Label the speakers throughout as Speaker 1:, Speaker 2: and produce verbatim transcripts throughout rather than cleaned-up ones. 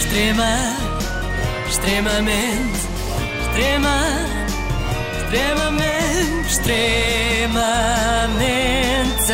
Speaker 1: Extrema, extremamente, extrema, extremamente, extremamente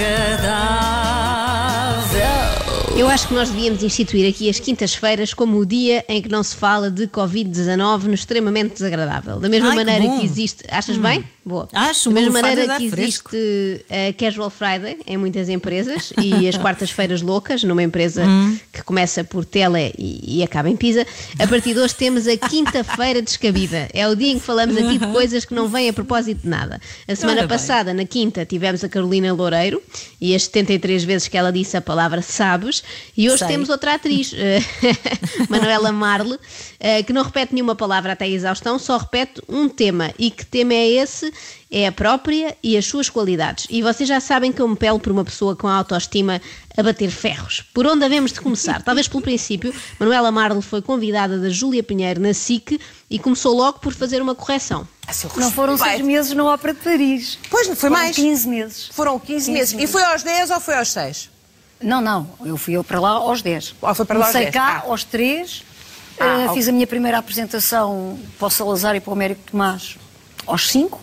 Speaker 1: agradável.
Speaker 2: Eu acho que nós devíamos instituir aqui as quintas-feiras como o dia em que não se fala de covid dezanove no extremamente desagradável. Da mesma
Speaker 3: Ai,
Speaker 2: maneira
Speaker 3: que,
Speaker 2: que existe... Achas hum. bem? Boa.
Speaker 3: Acho,
Speaker 2: da mesma
Speaker 3: uma
Speaker 2: maneira que
Speaker 3: fresco.
Speaker 2: existe a Casual Friday em muitas empresas e as quartas-feiras loucas numa empresa
Speaker 3: hum.
Speaker 2: que começa por tele e, e acaba em pizza. A partir de hoje temos a quinta-feira descabida. É o dia em que falamos aqui de coisas que não vêm a propósito de nada. A semana
Speaker 3: Ora
Speaker 2: passada,
Speaker 3: bem.
Speaker 2: na quinta, tivemos a Carolina Loureiro e as setenta e três vezes que ela disse a palavra sabes, e hoje
Speaker 3: Sei.
Speaker 2: temos outra atriz, Manuela Marle, que não repete nenhuma palavra até a exaustão, só repete um tema. E que tema é esse? É a própria e as suas qualidades. E vocês já sabem que eu me pelo por uma pessoa com autoestima a bater ferros. Por onde havemos de começar? Talvez pelo princípio. Manuela Marle foi convidada da Júlia Pinheiro na S I C e começou logo por fazer uma correção.
Speaker 4: Não foram seis meses na Ópera de Paris.
Speaker 5: Pois, não foi
Speaker 4: foram
Speaker 5: mais?
Speaker 4: quinze meses.
Speaker 5: Foram quinze meses. E foi aos dez ou foi aos seis?
Speaker 4: Não, não. Eu fui eu para lá aos dez.
Speaker 5: Ah, foi para lá aos
Speaker 4: Comecei
Speaker 5: dez.
Speaker 4: cá
Speaker 5: Ah.
Speaker 4: aos três.
Speaker 5: Ah,
Speaker 4: uh,
Speaker 5: ok.
Speaker 4: Fiz a minha primeira apresentação para o Salazar e para o Américo Tomás aos cinco.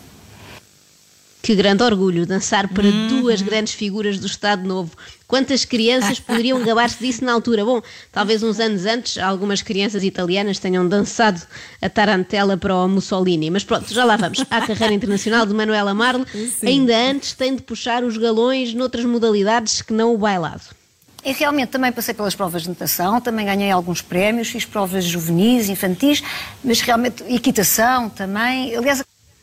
Speaker 2: Que grande orgulho dançar para uhum. duas grandes figuras do Estado Novo. Quantas crianças poderiam gabar-se disso na altura? Bom, talvez uns anos antes algumas crianças italianas tenham dançado a tarantela para o Mussolini. Mas pronto, já lá vamos. À carreira internacional de Manuela Marle,
Speaker 3: Sim.
Speaker 2: ainda antes tem de puxar os galões noutras modalidades que não o bailado.
Speaker 4: E realmente também passei pelas provas de natação, também ganhei alguns prémios, fiz provas juvenis, infantis, mas realmente equitação também. Aliás,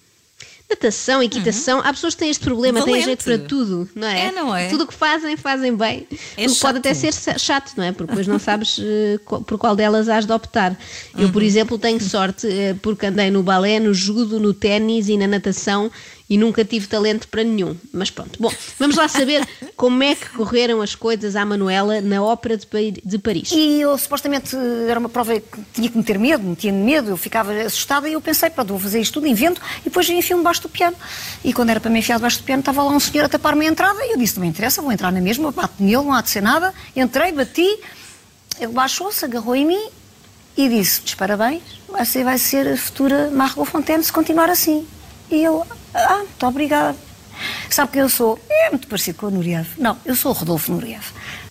Speaker 2: Natação, equitação, uhum. há pessoas que têm este problema,
Speaker 3: Valente.
Speaker 2: têm jeito para tudo, não é?
Speaker 3: É, não é?
Speaker 2: Tudo o que fazem, fazem bem.
Speaker 3: É
Speaker 2: Tudo pode até ser chato, não é? Porque depois não sabes uh, por qual delas has de optar. Eu,
Speaker 3: uhum.
Speaker 2: por exemplo, tenho sorte uh, porque andei no balé, no judo, no ténis e na natação e nunca tive talento para nenhum. Mas pronto. Bom, vamos lá saber como é que correram as coisas à Manuela na Ópera de, Pari- de Paris.
Speaker 4: e eu supostamente era uma prova que tinha que meter medo, metia medo, eu ficava assustada e eu pensei, pronto, vou fazer isto tudo, invento, e depois enfio-me debaixo do piano. E quando era para me enfiar debaixo do piano, estava lá um senhor a tapar-me a entrada e eu disse, não me interessa, vou entrar na mesma, bato nele, não há de ser nada. Entrei, bati, ele baixou-se, agarrou em mim e disse, parabéns, você vai ser a futura Margot Fontaine se continuar assim. E eu, ah, muito obrigada. Sabe quem eu sou? É muito parecido com o Nureyev. Não, eu sou o Rodolfo Nureyev.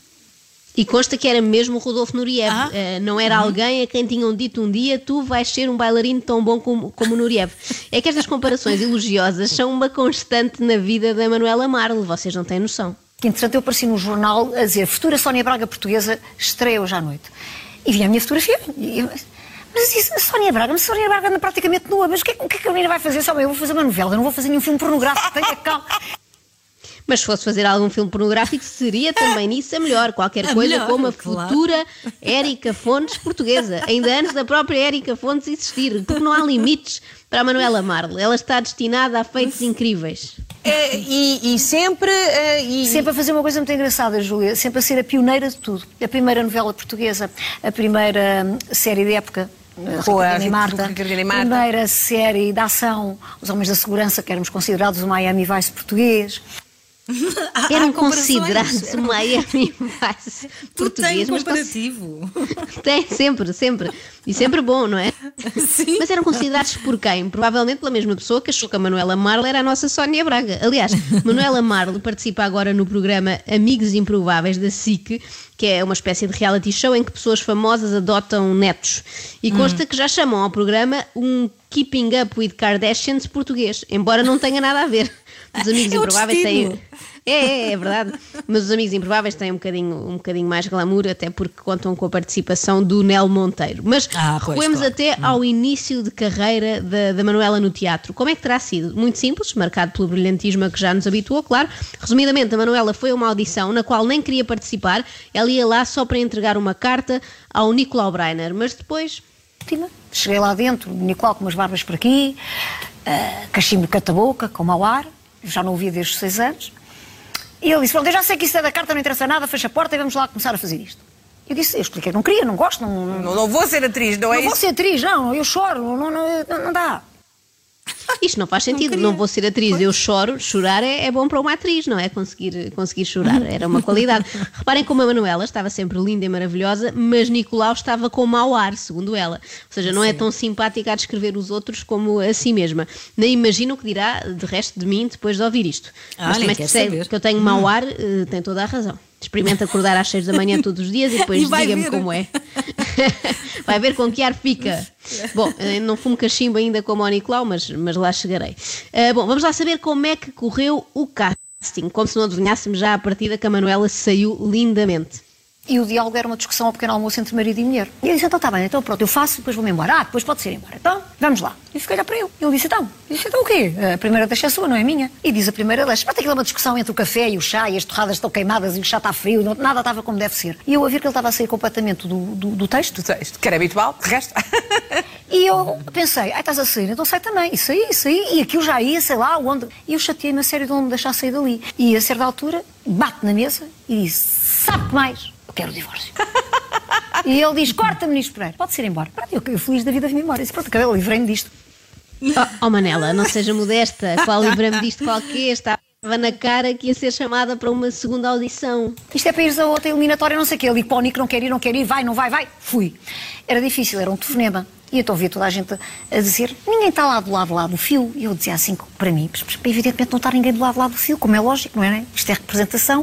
Speaker 2: E consta que era mesmo o Rodolfo Nureyev,
Speaker 3: Ah.
Speaker 2: uh, não era uhum. alguém a quem tinham dito um dia tu vais ser um bailarino tão bom como, como o Nureyev. É que estas comparações elogiosas são uma constante na vida da Manuela Marle, vocês não têm noção.
Speaker 4: Que entretanto eu apareci no jornal a dizer futura Sónia Braga portuguesa estreia hoje à noite. E vi a minha fotografia. E eu, mas isso, a Sónia Braga, mas a Sónia Braga anda praticamente nua, mas o que, é, o que é que a menina vai fazer? Só eu vou fazer uma novela, eu não vou fazer nenhum filme pornográfico, tenha calma.
Speaker 2: Mas se fosse fazer algum filme pornográfico, seria também nisso a melhor. Qualquer
Speaker 3: A
Speaker 2: coisa
Speaker 3: melhor,
Speaker 2: como a
Speaker 3: claro.
Speaker 2: futura Érica Fontes portuguesa. Ainda antes da própria Érica Fontes existir. Porque não há limites para a Manuela Marle. Ela está destinada a feitos incríveis.
Speaker 5: É, e, e sempre... eh, e...
Speaker 4: Sempre a fazer uma coisa muito engraçada, Júlia, sempre a ser a pioneira de tudo. A primeira novela portuguesa, a primeira hum, série de época,
Speaker 5: Com a
Speaker 4: Ricardo e Marta,
Speaker 5: Ricardo e
Speaker 4: a
Speaker 5: Marta.
Speaker 4: primeira série de ação, Os Homens da Segurança, que éramos considerados o Miami Vice português.
Speaker 3: Há-
Speaker 2: Eram
Speaker 3: há comparações.
Speaker 2: considerados o Miami Vice
Speaker 3: Tu tens
Speaker 2: português.
Speaker 3: um
Speaker 2: Mas cons-
Speaker 3: comparativo.
Speaker 2: tem, sempre, sempre. E sempre bom, não é?
Speaker 3: Sim.
Speaker 2: Mas eram considerados por quem? Provavelmente pela mesma pessoa que achou que a Manuela Marle era a nossa Sónia Braga. Aliás, Manuela Marle participa agora no programa Amigos Improváveis da S I C, que é uma espécie de reality show em que pessoas famosas adotam netos. E consta hum. que já chamam ao programa um Keeping Up with Kardashians português, embora não tenha nada a ver. Os Amigos
Speaker 3: É o
Speaker 2: Improváveis
Speaker 3: destino.
Speaker 2: têm... É, é, é verdade. Mas os Amigos Improváveis têm um bocadinho, um bocadinho mais glamour, até porque contam com a participação do Nel Monteiro. Mas
Speaker 3: Ah, pois,
Speaker 2: recuemos
Speaker 3: claro.
Speaker 2: até ao início de carreira da, da Manuela no teatro. Como é que terá sido? Muito simples, marcado pelo brilhantismo a que já nos habituou, claro. Resumidamente, a Manuela foi a uma audição na qual nem queria participar. Ela ia lá só para entregar uma carta ao Nicolau Breiner, mas depois...
Speaker 4: Cheguei lá dentro, o Nicolau com umas barbas por aqui, uh, cachimbo cata-boca, com mau ar, já não o via desde os seis anos. E ele disse, pronto, eu já sei que isso é da carta, não interessa nada, fecha a porta e vamos lá começar a fazer isto. Eu disse, eu expliquei, não queria, não gosto, não...
Speaker 5: Não, não vou ser atriz, não é
Speaker 4: Não
Speaker 5: isso?
Speaker 4: vou ser atriz, não, eu choro, não, não, não, não dá.
Speaker 2: Isto não faz sentido, não, não vou ser atriz, pois. Eu choro, chorar é, é bom para uma atriz, não é? Conseguir, conseguir chorar, era uma qualidade. Reparem como a Manuela estava sempre linda e maravilhosa, mas Nicolau estava com mau ar, segundo ela. Ou seja, não Sim. é tão simpática a descrever os outros como a si mesma. Nem imagino o que dirá de resto de mim depois de ouvir isto. Ah, mas também percebe que eu tenho mau ar, uh, tem toda a razão. Experimenta acordar às seis da manhã todos os dias e depois diga-me como é. Vai ver com que ar fica. Bom, não fumo cachimbo ainda como o Nicolau, mas, mas lá chegarei. Uh, bom, vamos lá saber como é que correu o casting. Como se não adivinhássemos já à partida que a Manuela saiu lindamente.
Speaker 4: E o diálogo era uma discussão ao pequeno almoço entre marido e mulher. E ele disse, então está bem, então pronto, eu faço e depois vou-me embora. Ah, depois pode ser embora. Então, vamos lá. E fiquei lá para ele. Ele disse, então, eu disse, então o quê? A primeira deixa é sua, não é minha. E diz a primeira deixa. Mas tem aquela uma discussão entre o café e o chá e as torradas estão queimadas e o chá está frio, não, nada estava como deve ser. E eu a ver que ele estava a sair completamente do, do, do texto.
Speaker 5: Do texto, que era habitual, de resto.
Speaker 4: E eu pensei, ai, estás a sair, então sai também. E saí, e saí, e aquilo já ia, sei lá, onde. E eu chateei-me a sério de onde me deixar sair dali. E a certa altura, bate na mesa e disse, sabe que mais? Eu quero o divórcio. E ele diz, corta-me nisto, Pereira, pode ser embora. Eu, eu feliz da vida vim embora. E disse, pronto, acabei, livrei-me disto.
Speaker 2: Oh, oh Manela, não seja modesta, qual livrei-me disto qualquer, estava na cara que ia ser chamada para uma segunda audição.
Speaker 4: Isto é para ires a outra eliminatória, não sei o quê. Eu ligo para o Nico, não quer ir, não quer ir, vai, não vai, vai. Fui. Era difícil, era um telefonema. E então via toda a gente a dizer, ninguém está lá do lado lá do fio. E eu dizia assim, para mim, evidentemente não está ninguém do lado lá do fio, como é lógico, não é? Isto é representação.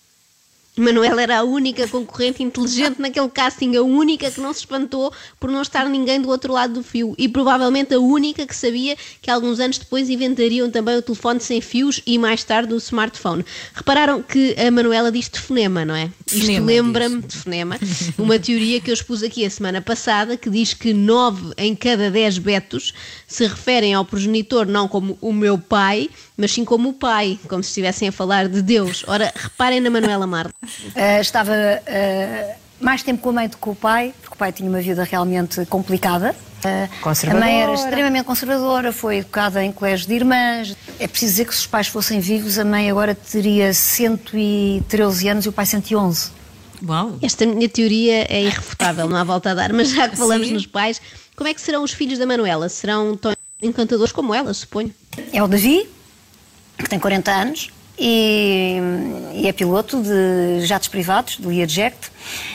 Speaker 2: Manuela era a única concorrente inteligente naquele casting, a única que não se espantou por não estar ninguém do outro lado do fio e provavelmente a única que sabia que alguns anos depois inventariam também o telefone sem fios e mais tarde o smartphone. Repararam que a Manuela diz telefonema, não é? Isto lembra-me de telefonema, uma teoria que eu expus aqui a semana passada que diz que nove em cada dez betos se referem ao progenitor não como o meu pai, mas sim como o pai, como se estivessem a falar de Deus. Ora, reparem na Manuela Marla.
Speaker 4: Uh, estava uh, mais tempo com a mãe do que com o pai, porque o pai tinha uma vida realmente complicada. Uh, a mãe era extremamente conservadora, foi educada em colégio de irmãs. É preciso dizer que se os pais fossem vivos, a mãe agora teria cento e treze anos e o pai cento e onze.
Speaker 2: Uau. Esta minha teoria é irrefutável, não há volta a dar, mas já que falamos Sim. nos pais, como é que serão os filhos da Manuela? Serão tão encantadores como ela, suponho?
Speaker 4: É o Davi, que tem quarenta anos. E, e é piloto de jatos privados, do Learjet,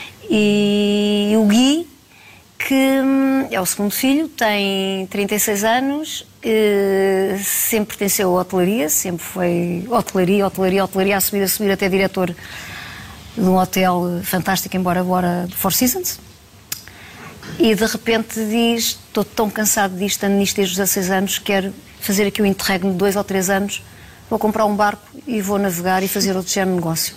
Speaker 4: e o Gui, que é o segundo filho, tem trinta e seis anos, sempre pertenceu à hotelaria, sempre foi hotelaria, hotelaria, hotelaria, a subir, a subir até diretor de um hotel fantástico, embora agora de Four Seasons, e de repente diz, estou tão cansado disto, ando nisto desde os dezasseis anos, quero fazer aqui um interregno de dois ou três anos, vou comprar um barco e vou navegar e fazer outro género de negócio.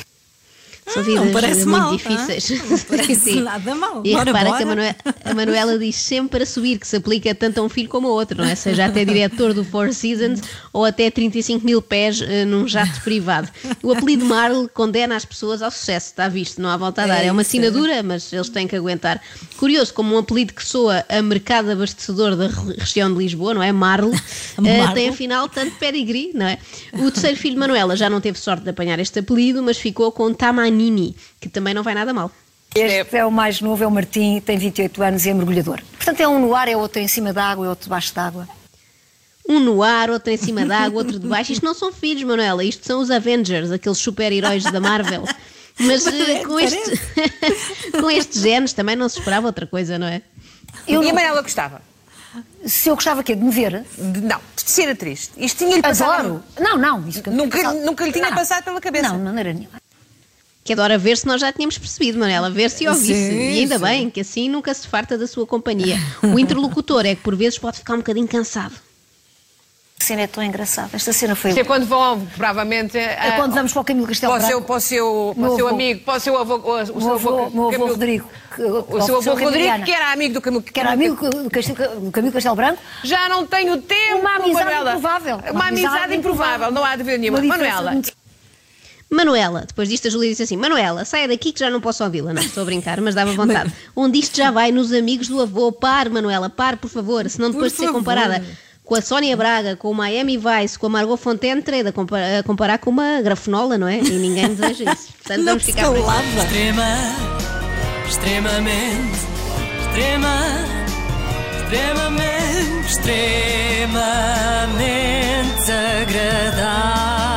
Speaker 2: São vidas
Speaker 3: não parece
Speaker 2: muito
Speaker 3: mal,
Speaker 2: difíceis.
Speaker 3: Não parece Sim. nada mal.
Speaker 2: E
Speaker 3: bora,
Speaker 2: repara
Speaker 3: bora.
Speaker 2: que a Manuela, a Manuela diz sempre a subir, que se aplica tanto a um filho como a outro, não é? Seja até diretor do Four Seasons ou até trinta e cinco mil pés uh, num jato privado. O apelido Marle condena as pessoas ao sucesso, está visto, não há volta a dar. É, é uma assinatura, mas eles têm que aguentar. Curioso, como um apelido que soa a mercado abastecedor da região de Lisboa, não é? Marle, uh, tem afinal tanto pedigree, não é? O terceiro filho de Manuela já não teve sorte de apanhar este apelido, mas ficou com Tamanini, que também não vai nada mal.
Speaker 4: Este é o mais novo, é o Martim, tem vinte e oito anos e é mergulhador. Portanto, é um no ar, é outro em cima d'água, é outro debaixo d'água.
Speaker 2: Um no ar, outro em cima d'água, outro debaixo. Isto não são filhos, Manuela, isto são os Avengers, aqueles super-heróis da Marvel. Mas uh, com, este, com estes genes também não se esperava outra coisa, não é?
Speaker 5: Eu e a Manuela gostava?
Speaker 4: Se eu gostava quê? De me ver?
Speaker 5: De, não, de ser atriz. Isto tinha-lhe passado...
Speaker 4: Adoro. Não, não. Isso que
Speaker 5: nunca,
Speaker 4: passado...
Speaker 5: nunca lhe tinha
Speaker 4: não.
Speaker 5: passado pela cabeça?
Speaker 4: Não, não era nenhuma.
Speaker 2: Que adora ver-se, nós já tínhamos percebido, Manuela, ver-se e ouvir-se. E ainda sim. bem, que assim nunca se farta da sua companhia. O interlocutor é que por vezes pode ficar um bocadinho cansado.
Speaker 4: A cena é tão engraçada. Esta cena foi...
Speaker 5: Isto é quando vão, provavelmente...
Speaker 4: É quando vamos para o Camilo Castelo
Speaker 5: para o seu,
Speaker 4: Branco.
Speaker 5: Para o seu, para o seu amigo, para o seu avô... O, o seu
Speaker 4: avô,
Speaker 5: avô,
Speaker 4: meu avô
Speaker 5: Camilo,
Speaker 4: Rodrigo. Que,
Speaker 5: o seu avô Rodrigo, que era amigo do Camilo...
Speaker 4: Que era amigo do Castelo, do Camilo Castelo Branco.
Speaker 5: Já não tenho tempo,
Speaker 4: Uma amizade
Speaker 5: Manuela.
Speaker 4: improvável.
Speaker 5: Uma, Uma amizade, amizade improvável, não há de ver nenhuma. Manuela...
Speaker 4: Muito...
Speaker 2: Manuela, depois disto a Júlia disse assim, Manuela, saia daqui que já não posso ouvi-la. Não, estou a brincar, mas dava vontade. Onde isto já vai nos amigos do avô. Pare, Manuela, pare, por favor, senão depois por de ser favor. comparada com a Sónia Braga, com o Miami Vice, com a Margot Fontaine, terei a comparar, a comparar com uma grafenola, não é? E ninguém deseja isso. Portanto, vamos ficar por aqui.
Speaker 1: Extrema, extremamente, extrema, extremamente, extremamente agradável.